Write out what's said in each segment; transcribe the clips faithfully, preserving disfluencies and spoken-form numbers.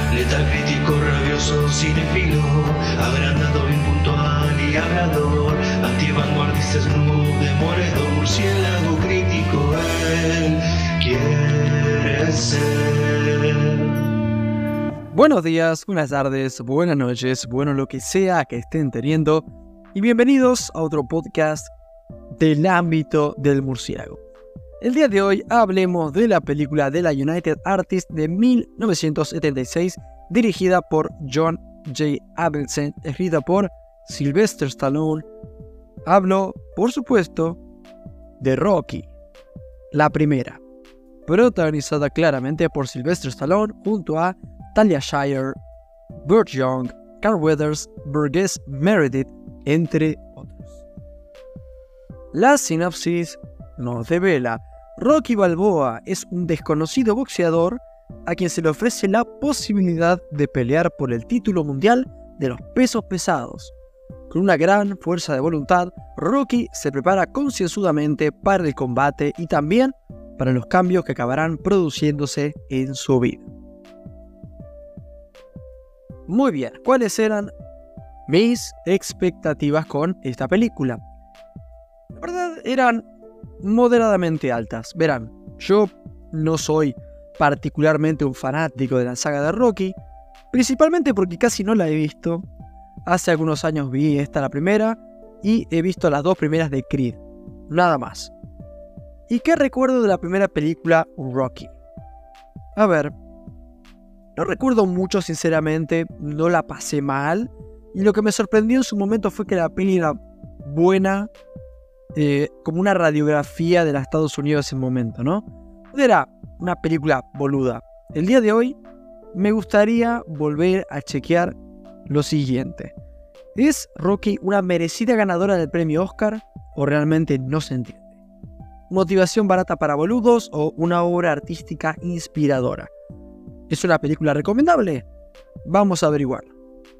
Letal, crítico, rabioso, cinéfilo, agrandado, impuntual y hablador, antivanguardista, snoop, demoledor, murciélago crítico, él quiere ser. Buenos días, buenas tardes, buenas noches, bueno lo que sea que estén teniendo, y bienvenidos a otro podcast del ámbito del murciélago. El día de hoy hablemos de la película de la United Artists de mil novecientos setenta y seis, dirigida por John J. Avildsen, escrita por Sylvester Stallone. Hablo, por supuesto, de Rocky, la primera, protagonizada claramente por Sylvester Stallone junto a Talia Shire, Burt Young, Carl Weathers, Burgess Meredith, entre otros. La sinopsis nos devela: Rocky Balboa es un desconocido boxeador a quien se le ofrece la posibilidad de pelear por el título mundial de los pesos pesados. Con una gran fuerza de voluntad, Rocky se prepara concienzudamente para el combate y también para los cambios que acabarán produciéndose en su vida. Muy bien, ¿cuáles eran mis expectativas con esta película? La verdad, eran moderadamente altas. Verán, yo no soy particularmente un fanático de la saga de Rocky, principalmente porque casi no la he visto. Hace algunos años vi esta, la primera, y he visto las dos primeras de Creed, nada más. ¿Y qué recuerdo de la primera película Rocky? A ver, no recuerdo mucho sinceramente, no la pasé mal, y lo que me sorprendió en su momento fue que la peli era buena, eh, como una radiografía de los Estados Unidos en el momento, ¿no? No era una película boluda. El día de hoy me gustaría volver a chequear lo siguiente: ¿es Rocky una merecida ganadora del premio Oscar o realmente no se entiende? ¿Motivación barata para boludos o una obra artística inspiradora? ¿Es una película recomendable? Vamos a averiguarlo.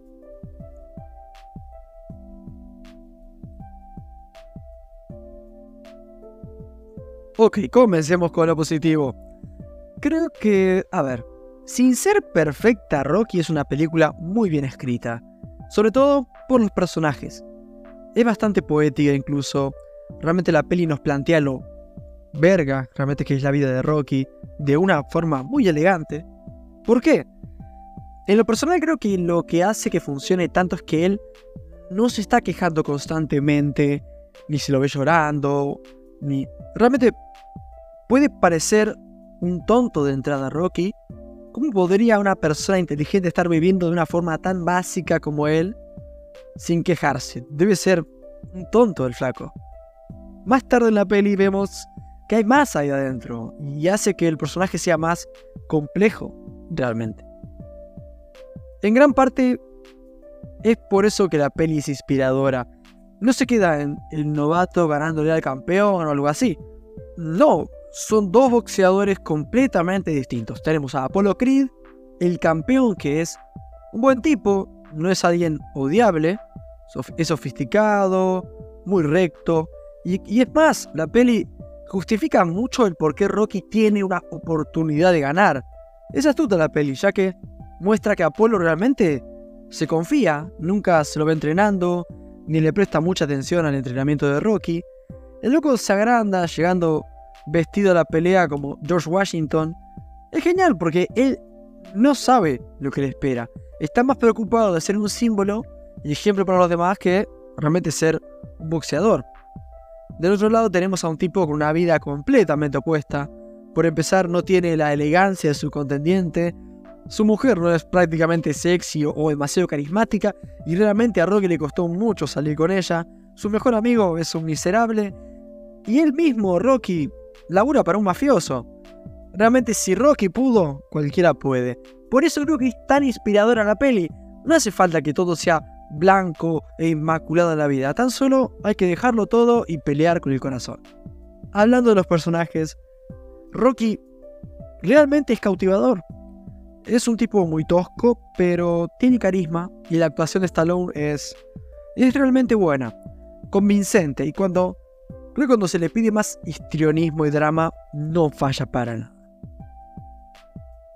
Ok, comencemos con lo positivo. Creo que, a ver, sin ser perfecta, Rocky es una película muy bien escrita, sobre todo por los personajes. Es bastante poética incluso. Realmente la peli nos plantea lo verga, realmente, que es la vida de Rocky, de una forma muy elegante. ¿Por qué? En lo personal creo que lo que hace que funcione tanto es que él no se está quejando constantemente, ni se lo ve llorando, ni... Realmente puede parecer un tonto de entrada Rocky. ¿Cómo podría una persona inteligente estar viviendo de una forma tan básica como él sin quejarse? Debe ser un tonto el flaco. Más tarde en la peli vemos que hay más ahí adentro y hace que el personaje sea más complejo realmente. En gran parte es por eso que la peli es inspiradora. No se queda en el novato ganándole al campeón o algo así. No, son dos boxeadores completamente distintos. Tenemos a Apollo Creed, el campeón, que es un buen tipo, no es alguien odiable, es sofisticado, muy recto, y, y es más, la peli justifica mucho el por qué Rocky tiene una oportunidad de ganar. Es astuta la peli, ya que muestra que Apollo realmente se confía, nunca se lo ve entrenando, ni le presta mucha atención al entrenamiento de Rocky. El loco se agranda llegando vestido a la pelea como George Washington. Es genial porque él no sabe lo que le espera. Está más preocupado de ser un símbolo y ejemplo para los demás que realmente ser un boxeador. Del otro lado tenemos a un tipo con una vida completamente opuesta. Por empezar, no tiene la elegancia de su contendiente. Su mujer no es prácticamente sexy o demasiado carismática y realmente a Rocky le costó mucho salir con ella. Su mejor amigo es un miserable y él mismo, Rocky, labura para un mafioso. Realmente, si Rocky pudo, cualquiera puede. Por eso creo que es tan inspiradora la peli. No hace falta que todo sea blanco e inmaculado en la vida. Tan solo hay que dejarlo todo y pelear con el corazón. Hablando de los personajes, Rocky realmente es cautivador. Es un tipo muy tosco, pero tiene carisma y la actuación de Stallone es, es realmente buena, convincente, y cuando Creo que cuando se le pide más histrionismo y drama, no falla para nada.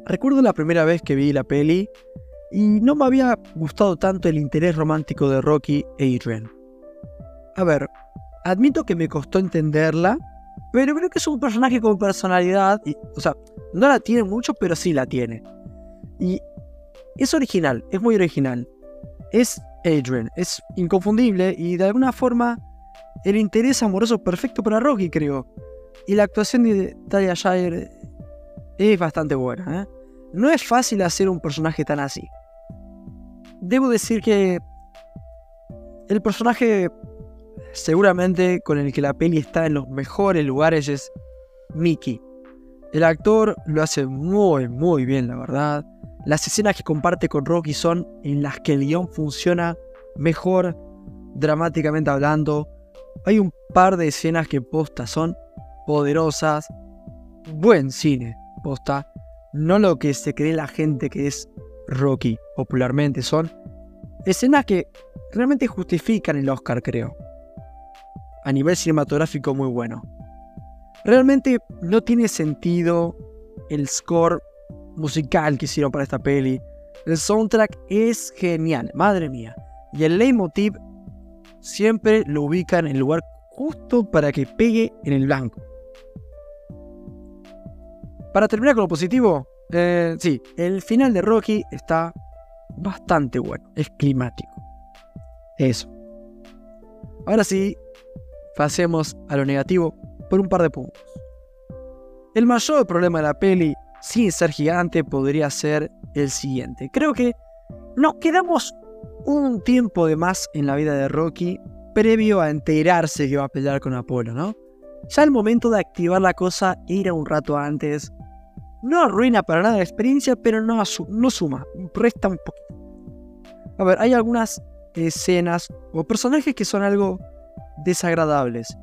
recuerdo la primera vez que vi la peli y no me había gustado tanto el interés romántico de Rocky e Adrian. A ver, admito que me costó entenderla, pero creo que es un personaje con personalidad, y, o sea, no la tiene mucho, pero sí la tiene. Y es original, es muy original. Es Adrian, es inconfundible y de alguna forma el interés amoroso perfecto para Rocky, creo. Y la actuación de Talia Shire es bastante buena, ¿eh? No es fácil hacer un personaje tan así. Debo decir que el personaje seguramente con el que la peli está en los mejores lugares es Mickey. El actor lo hace muy muy bien, la verdad. Las escenas que comparte con Rocky son en las que el guión funciona mejor, dramáticamente hablando. Hay un par de escenas que posta son poderosas. Buen cine, posta. No lo que se cree la gente que es Rocky popularmente. Son escenas que realmente justifican el Oscar, creo. A nivel cinematográfico muy bueno. Realmente no tiene sentido el score musical que hicieron para esta peli. El soundtrack es genial, madre mía. Y el leitmotiv siempre lo ubican en el lugar justo para que pegue en el blanco. Para terminar con lo positivo, eh, sí, el final de Rocky está bastante bueno, es climático. Eso. Ahora sí, pasemos a lo negativo por un par de puntos. El mayor problema de la peli, sin ser gigante, podría ser el siguiente. Creo que nos quedamos un tiempo de más en la vida de Rocky previo a enterarse que va a pelear con Apolo, ¿no? Ya el momento de activar la cosa era un rato antes. No arruina para nada la experiencia, pero no, no suma, resta un poquito. A ver, hay algunas escenas o personajes que son algo desagradables.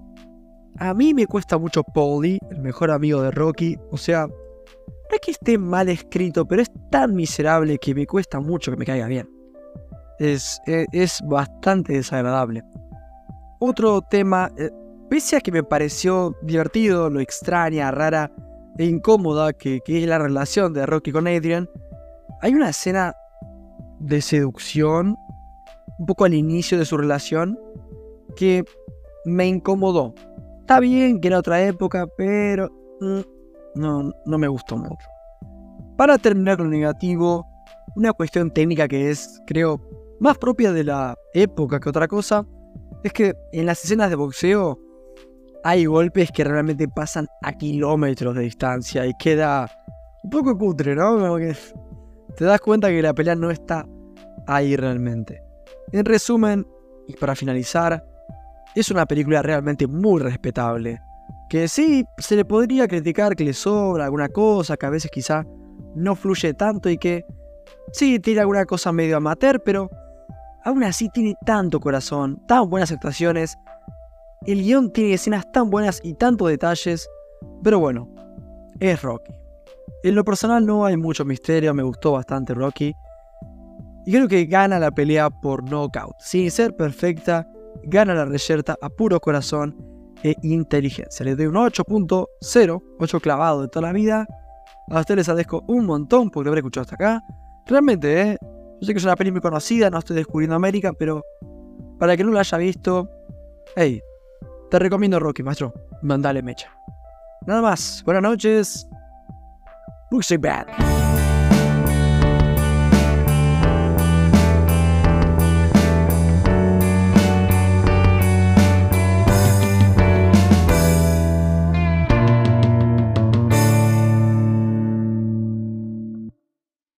A mí me cuesta mucho Paulie, el mejor amigo de Rocky. O sea, no es que esté mal escrito, pero es tan miserable que me cuesta mucho que me caiga bien. Es, es, es bastante desagradable. Otro tema, eh, pese a que me pareció divertido, lo extraña, rara e incómoda que, que es la relación de Rocky con Adrian, hay una escena de seducción un poco al inicio de su relación que me incomodó. Está bien que era otra época, pero mm, no, no me gustó mucho. Para terminar con lo negativo, una cuestión técnica que es, creo, más propia de la época que otra cosa, es que en las escenas de boxeo hay golpes que realmente pasan a kilómetros de distancia y queda un poco cutre, ¿no? Como que te das cuenta que la pelea no está ahí realmente. En resumen, y para finalizar, es una película realmente muy respetable. Que sí, se le podría criticar que le sobra alguna cosa, que a veces quizá no fluye tanto y que sí tiene alguna cosa medio amateur, pero aún así tiene tanto corazón, tan buenas actuaciones. El guión tiene escenas tan buenas y tantos detalles, pero bueno, es Rocky. En lo personal no hay mucho misterio, me gustó bastante Rocky. Y creo que gana la pelea por knockout. Sin ser perfecta, gana la reyerta a puro corazón e inteligencia. Le doy un ocho punto cero, ocho clavado de toda la vida. A ustedes les agradezco un montón por haber escuchado hasta acá. Realmente, ¿eh? Yo sé que es una peli muy conocida, no estoy descubriendo América, pero para que no lo haya visto, hey, te recomiendo Rocky, maestro. Mandale mecha. Nada más, buenas noches. Look so bad.